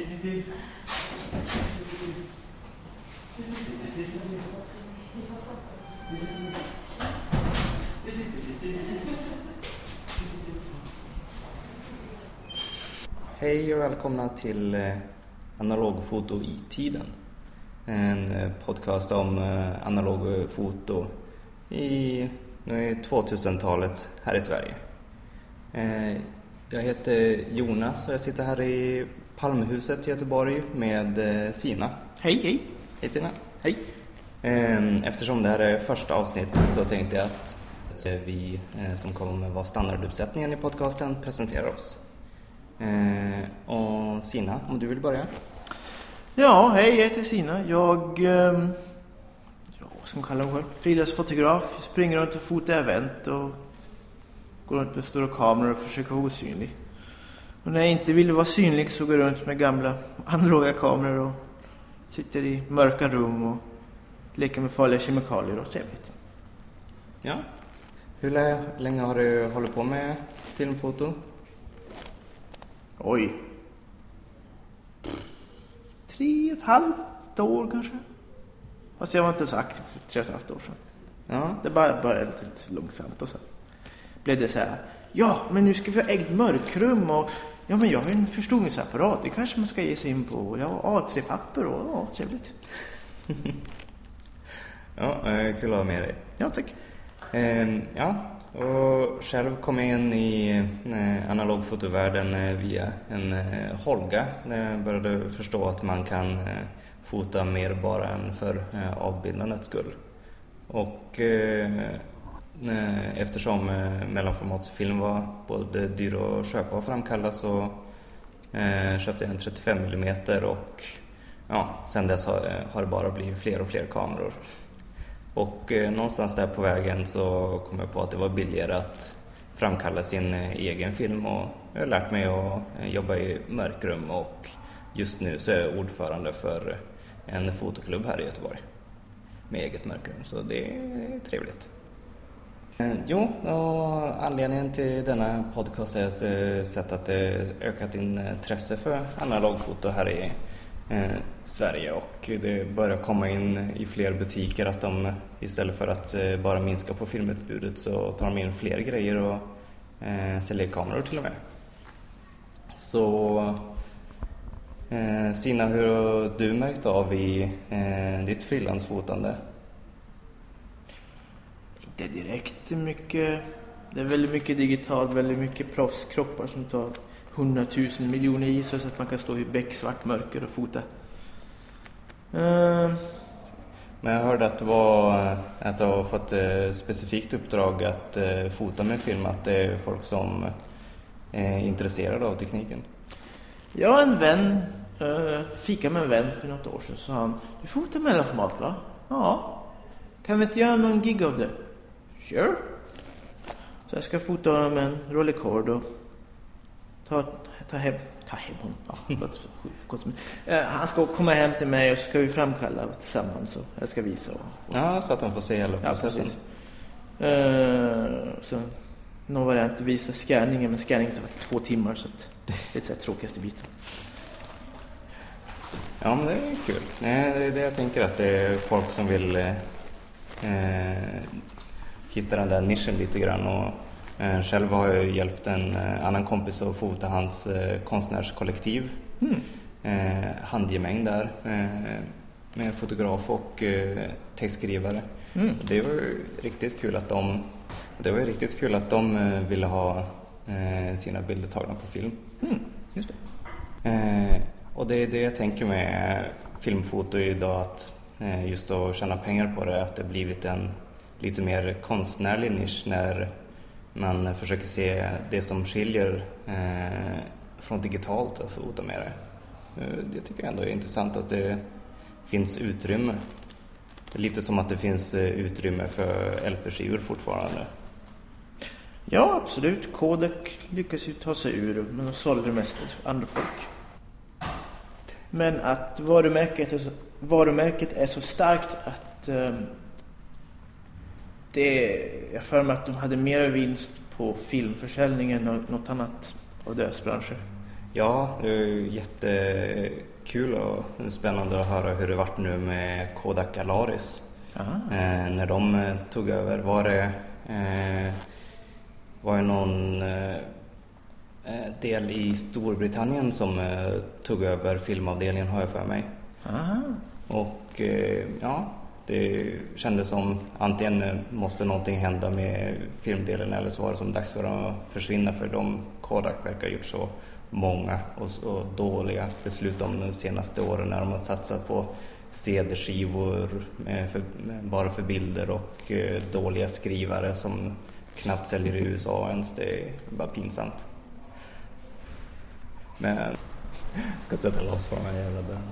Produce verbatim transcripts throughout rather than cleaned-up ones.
Hej och välkomna till eh, Analogfoto i tiden. En eh, podcast om eh, analogfoto i nu är tvåtusentalet här i Sverige. Eh, jag heter Jonas och jag sitter här i Palmhuset i Göteborg med eh, Sina. Hej, hej. Hej Sina. Hej. Eh, eftersom det här är första avsnittet så tänkte jag att eh, vi eh, som kommer vara standarduppsättningen i podcasten presenterar oss. Eh, och Sina, om du vill börja. Ja, hej, jag heter Sina. Jag, eh, ja, vad ska man kalla mig själv? Frilansfotograf. Jag springer runt och fotar event och går runt med stora kameror och försöker vara osynlig. Och när jag inte vill vara synlig så går jag runt med gamla analoga kameror och sitter i mörka rum och leker med farliga kemikalier och trevligt. Ja. Hur länge har du hållit på med filmfoto? Oj. Tre och ett halvt år kanske. Fast jag var inte så aktiv för tre och ett halvt år sedan. Ja. Det bara började lite långsamt och så blev det så här. Ja, men nu ska vi ha ägt mörkrum och ja, men jag har en förstoringsapparat. Det kanske man ska ge sig in på. Ja, A tre papper och ja, trevligt. Ja, kul att ha med dig. Ja, tack. Eh, ja, och själv kom jag in i eh, analogfotovärlden eh, via en eh, Holga. När jag började förstå att man kan eh, fota mer bara än för eh, avbildandets skull. Och eh, eh, eftersom eh, mellanformatsfilm var både dyr att köpa och framkalla så eh, köpte jag en trettiofem millimeter och ja, sen dess har, har det bara blivit fler och fler kameror. Och eh, någonstans där på vägen så kom jag på att det var billigare att framkalla sin eh, egen film och jag har lärt mig att eh, jobba i mörkrum och just nu så är jag ordförande för en fotoklubb här i Göteborg med eget mörkrum, så det är trevligt. Eh, jo, och anledningen till denna podcast är att jag sett att det ökat intresse för analogfoto här i Eh, Sverige och det börjar komma in i fler butiker att de istället för att eh, bara minska på filmutbudet så tar de in fler grejer och eh, säljer kameror till och med. Så eh, Sina, hur har du märkt av i eh, ditt frilansfotande? Inte direkt mycket. Det är väldigt mycket digitalt, väldigt mycket proffskroppar som tar hundratusen miljoner i så att man kan stå i becksvart mörker och fota. Uh. Men jag hörde att, det var, att du har fått ett specifikt uppdrag att uh, fota med film, att det är folk som är intresserade av tekniken. Jag en vän, uh, fika med en vän för något år sedan, så han, du fotar mellanformat va? Ja. Kan vi inte göra någon gig av det? Sure. Så jag ska fota honom med en Rolleicord och Ta, ta hem ta hem honom. Ja, uh, han ska komma hem till mig och så ska vi framkalla tillsammans och jag ska visa. Och, och. Ja, så att de får se hela processen. Ja, uh, så någon variant visa scanningen, men scanningen tar två timmar så att det är så här tråkigaste biten. Ja, men det är kul. Nej, det är det jag tänker, att det är folk som vill eh, hitta den där nischen lite grann. Och Eh, själv har jag hjälpt en eh, annan kompis att fota hans eh, konstnärskollektiv. Mm. Eh, handgemäng där eh, med fotograf och eh, textskrivare. Mm. Det var ju riktigt kul att de det var ju riktigt kul att de eh, ville ha eh, sina bilder tagna på film. Mm. Just det. Eh, och det är det jag tänker med filmfoto idag, att eh, just att tjäna pengar på det, att det blivit en lite mer konstnärlig nisch när man försöker se det som skiljer eh, från digitalt att fota med det. Eh, det tycker jag ändå är intressant, att det finns utrymme. Det är lite som att det finns eh, utrymme för L P-skivor fortfarande. Ja, absolut. Kodak lyckas ju ta sig ur, men de sålde det mest för andra folk. Men att varumärket är så, varumärket är så starkt att eh, det, jag för mig att de hade mer vinst på filmförsäljningen än något annat av deras branscher. Ja, det är jättekul och spännande att höra hur det varit nu med Kodak Alaris. Eh, när de eh, tog över, var det eh, var det någon eh, del i Storbritannien som eh, tog över filmavdelningen, har jag för mig. Aha. Och eh, ja, det kändes som antingen måste någonting hända med filmdelen eller så var det som dags för dem att försvinna, för de Kodak verkar ha gjort så många och, och dåliga beslut de senaste åren när de har satsat på C D-skivor med för, med bara för bilder och eh, dåliga skrivare som knappt säljer i U S A ens. Det är bara pinsamt. Men jag ska sätta loss på de här jävla dörrarna.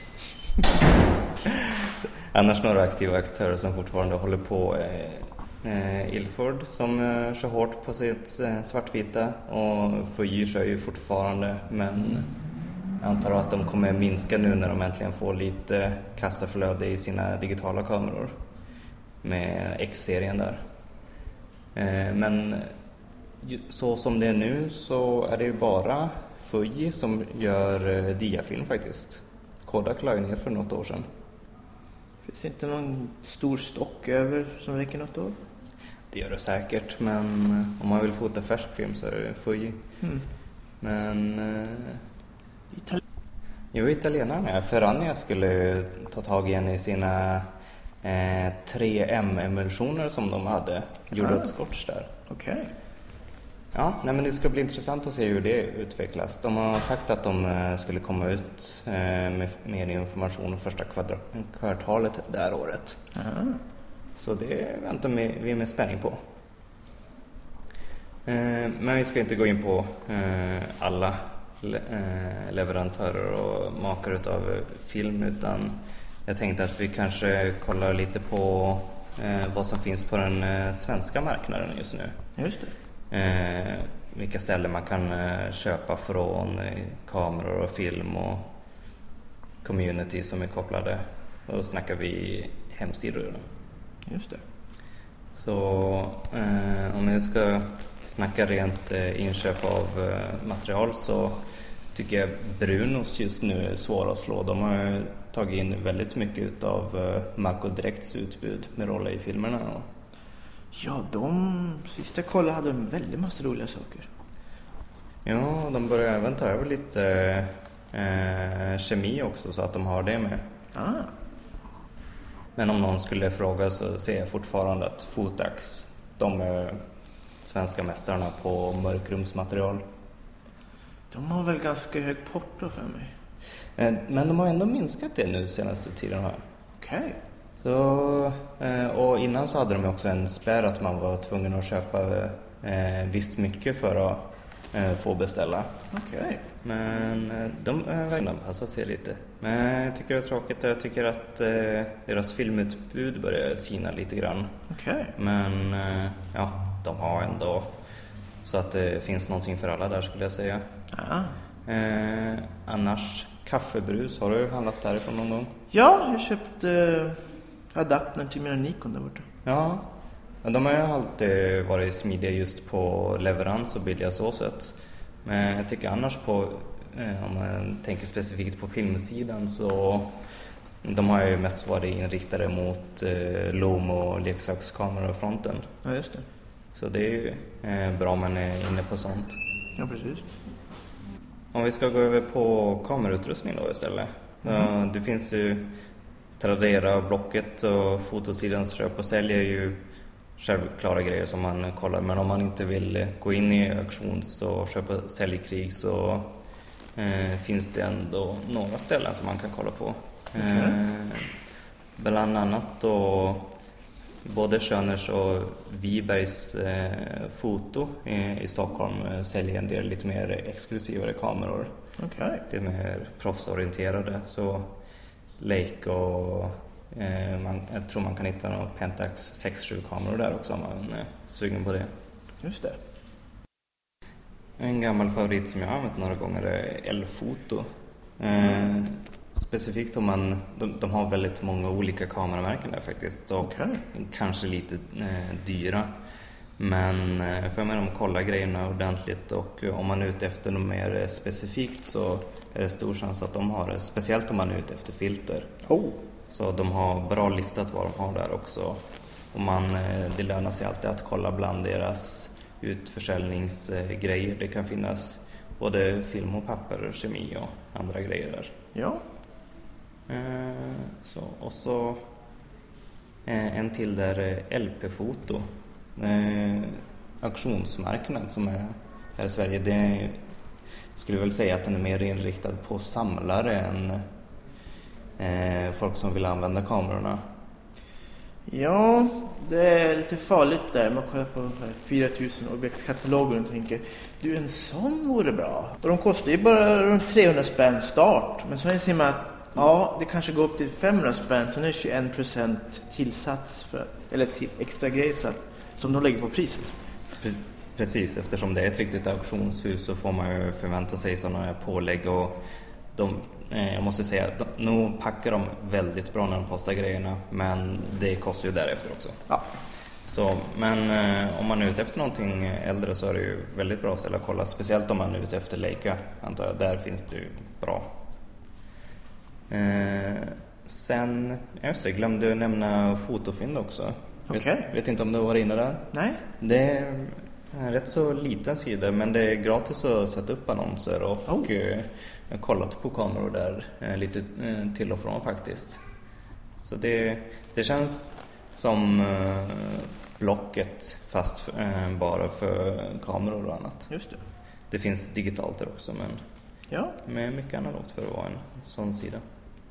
Annars några aktiva aktörer som fortfarande håller på är eh, Ilford som eh, kör hårt på sitt eh, svartvita, och Fuji kör ju fortfarande, men jag antar att de kommer minska nu när de äntligen får lite kassaflöde i sina digitala kameror med X-serien där. Eh, men så som det är nu så är det ju bara Fuji som gör eh, diafilm faktiskt. Kodak la ju ner för något år sedan. Finns inte någon stor stock över som räcker något år? Det gör det säkert, men om man vill fota färsk film så är det Fuji. Mm. Men eh, Itali- jo, italienarna. Ferrania skulle ta tag igen i sina eh, tre M-emulsioner som de hade. Gjorde ah. ett skotch där. Okej. Okay. Ja, nej, men det ska bli intressant att se hur det utvecklas. De har sagt att de skulle komma ut med mer information första kvartalet det här året. Aha. Så det väntar vi med spänning på. Men vi ska inte gå in på alla leverantörer och makare utav film, utan jag tänkte att vi kanske kollar lite på vad som finns på den svenska marknaden just nu. Just det. Eh, vilka ställen man kan eh, köpa från eh, kameror och film och community som är kopplade. Och då snackar vi hemsidor. Just det. Så eh, om jag ska snacka rent eh, inköp av eh, material, så tycker jag Brunos just nu är svåra att slå. De har tagit in väldigt mycket av eh, Mako Directs utbud med roller i filmerna. Och ja, de sista kolla hade en väldigt massa roliga saker. Ja, de börjar även ta över lite eh, kemi också, så att de har det med. Ah. Men om någon skulle fråga så ser jag fortfarande att Fotax, de är svenska mästarna på mörkrumsmaterial. De har väl ganska hög porto för mig. Eh, men de har ändå minskat det nu senaste tiden här. Okej. Okay. Så, och innan så hade de också en spärr att man var tvungen att köpa eh, visst mycket för att eh, få beställa. Okej. Okay. Men de verkligen passar sig lite. Men jag tycker det är tråkigt. Jag tycker att eh, deras filmutbud börjar sina lite grann. Okej. Okay. Men eh, ja, de har ändå så att det finns någonting för alla där, skulle jag säga. Ah. Eh, annars, kaffebrus, har du handlat därifrån någon gång? Ja, jag köpte eh, adaptern till mina Nikon där borta. Ja, de har ju alltid varit smidiga just på leverans och billiga såset. Men jag tycker annars på, eh, om man tänker specifikt på filmsidan, så de har ju mest varit inriktade mot eh, Loom och leksakskamerafronten. Ja, just det. Så det är ju eh, bra om man är inne på sånt. Ja, precis. Om vi ska gå över på kamerautrustning då istället. Mm. Ja, det finns ju Tradera, Blocket och Fotosidans köp och sälj är ju självklara grejer som man kollar. Men om man inte vill gå in i auktions- och köp och säljkrig, så eh, finns det ändå några ställen som man kan kolla på. Okay. Eh, bland annat då både Schöners och Wibergs eh, foto i, i Stockholm eh, säljer en del lite mer exklusivare kameror. Okay. Det är mer proffsorienterade. Så Leica och eh, man, jag tror man kan hitta några Pentax sex sju kameror där också om man är sugen på det. Just det. En gammal favorit som jag har använt några gånger är L-foto. Eh, mm. Specifikt om man, de, de har väldigt många olika kameramärken där faktiskt, och okay. kanske lite eh, dyra. Men eh, för mig de kollar grejerna ordentligt, och om man är ute efter något mer specifikt så är det stor chans att de har det, speciellt om man är ute efter filter. Oh. Så de har bra listat vad de har där också. Och man, det lönar sig alltid att kolla bland deras utförsäljningsgrejer. Det kan finnas både film och papper, kemi och andra grejer där. Ja. Eh, så, och så eh, en till där L P-foto. Eh, auktionsmarknad som är här i Sverige. Det är, skulle väl säga att den är mer inriktad på samlare än eh, folk som vill använda kamerorna. Ja, det är lite farligt där. Man kollar på de här fyra tusen objektskataloger och tänker, du, en sån vore bra. Och de kostar ju bara runt trehundra spänn start. Men så ser man att ja, det kanske går upp till femhundra spänn. Sen är det tjugoen procent tillsats för, eller till extra grejer som de lägger på priset. Precis, eftersom det är ett riktigt auktionshus så får man ju förvänta sig sådana här pålägg. Och de, eh, jag måste säga att de, nu packar de väldigt bra när de postar grejerna, men det kostar ju därefter också. Ja. Så, men eh, om man är ute efter någonting äldre så är det ju väldigt bra att ställa och kolla. Speciellt om man är ute efter Leica, antar jag. Där finns det ju bra. Eh, sen, just det, glömde nämna fotofynd också. Okej. Okay. Vet, vet inte om du var inne där? Nej. Det är en rätt så liten sida, men det är gratis att sätta upp annonser. Och oh. eh, jag har kollat på kameror där eh, lite eh, till och från faktiskt. Så det, det känns som eh, Blocket fast eh, bara för kameror och annat. Just det. Det finns digitalt där också, men ja. Med mycket analogt för att vara en sån sida.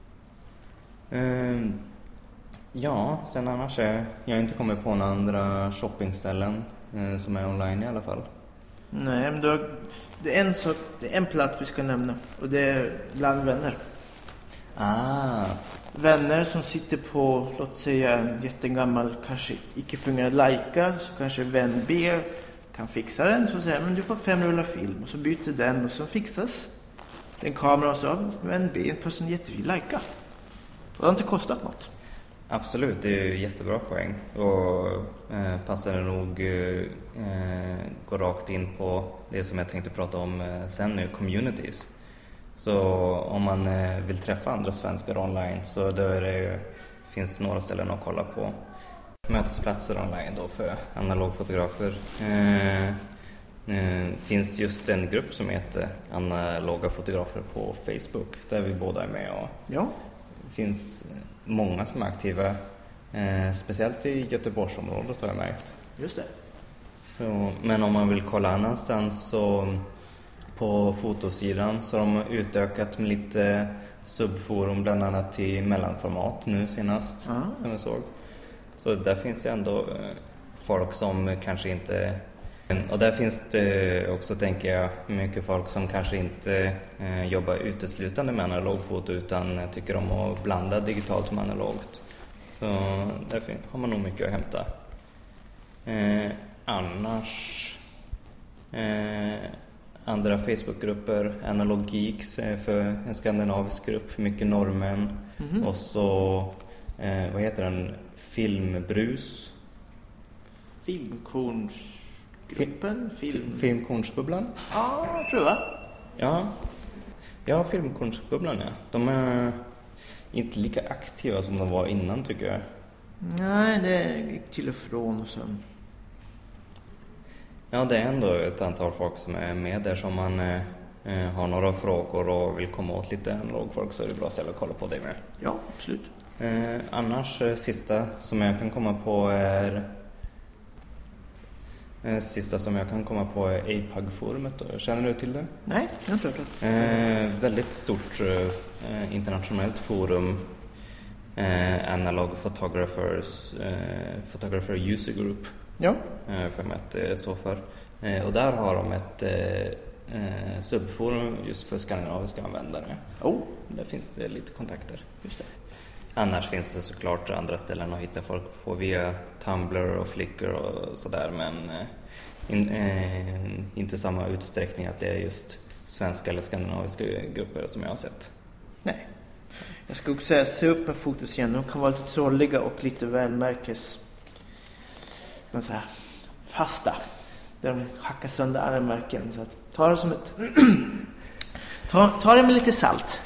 Eh, ja, sen annars är jag inte kommit på några andra shoppingställen eh, som är online i alla fall. Nej, men då, det, är en sak, det är en plats vi ska nämna, och det är bland vänner. Ah. Vänner som sitter på, låt säga, en jättegammal, kanske icke-fungerande Leica, så kanske vän B kan fixa den. Så säger men du får fem rullar film, och så byter den och så fixas den kamera, och så har vän B på en jättefin Leica. Det har inte kostat något. Absolut, det är ju jättebra poäng. Och eh, passar det nog eh, gå rakt in på det som jag tänkte prata om eh, sen nu, communities. Så om man eh, vill träffa andra svenskar online så då är det, finns några ställen att kolla på. Mötesplatser online då för analogfotografer. Eh, eh, finns just en grupp som heter Analoga fotografer på Facebook där vi båda är med. Och ja. Det finns många som är aktiva, eh, speciellt i Göteborgsområdet har jag märkt. Just det. Så, men om man vill kolla annanstans så på fotosidan så har de utökat med lite subforum, bland annat till mellanformat nu senast. Aha. Som jag såg. Så där finns det ändå eh, folk som kanske inte... Och där finns det också, tänker jag, mycket folk som kanske inte eh, jobbar uteslutande med analogfoto utan tycker om att blanda digitalt med analogt. Så där har man nog mycket att hämta. Eh, annars... Eh, andra Facebookgrupper, Analog Geeks eh, för en skandinavisk grupp, mycket norrmän. Mm-hmm. Och så, eh, vad heter den? Filmbrus. Filmkornsgruppen? Film... Filmkornsbubblan? Ja, tror jag. Ja, ja Filmkornsbubblan, ja. De är inte lika aktiva som de var innan, tycker jag. Nej, det gick till och från och sen... Ja, det är ändå ett antal folk som är med där som man eh, har några frågor och vill komma åt lite analogfolk, så är det bra ställe att kolla på det med. Ja, absolut. Eh, annars, eh, sista som jag kan komma på är eh, sista som jag kan komma på är A P U G-forumet. Känner du till det? Nej, jag har inte hört det. Eh, väldigt stort eh, internationellt forum. Eh, Analog Photographers eh, Photographer User Group. Ja. Eh, för mig att det står för. Eh, och där har de ett eh, subforum just för skandinaviska användare. Oh. Där finns det lite kontakter. Just det. Annars finns det såklart andra ställen att hitta folk på via Tumblr och Flickr och sådär, men eh, in, eh, inte samma utsträckning att det är just svenska eller skandinaviska grupper som jag har sett. Nej. Jag ska också säga, se upp med fotos igen. De kan vara lite trolliga och lite välmärkes... Kan man säga, fasta. Där de hackar sönder armverken. Så att, ta det som ett... ta, ta det med lite salt.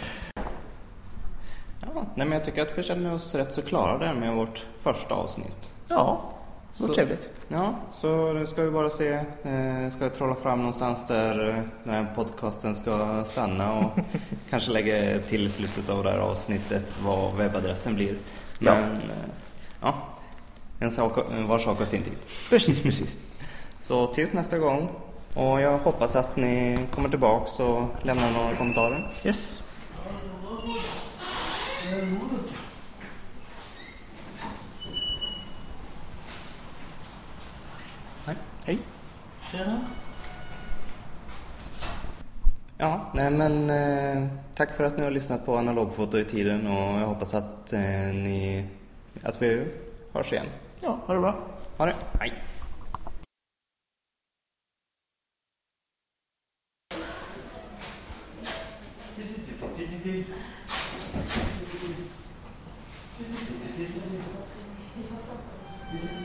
Ja, nej, men jag tycker att vi känner oss rätt så klara där med vårt första avsnitt. Ja, vad Så- trevligt. Ja, så nu ska vi bara se, eh, ska jag trolla fram någonstans där eh, den här podcasten ska stanna och kanske lägga till i slutet av det här avsnittet vad webbadressen blir. Ja. Men eh, ja, en sak, var sak av sin tid. Precis, precis. Så tills nästa gång, och jag hoppas att ni kommer tillbaks och lämnar några kommentarer. Yes. Hej. Hej. Tjena. Ja, nej men eh, tack för att ni har lyssnat på Analogfoto i tiden, och jag hoppas att eh, ni att vi hörs igen. Ja, ha det bra. Ha det, hej. Thank you.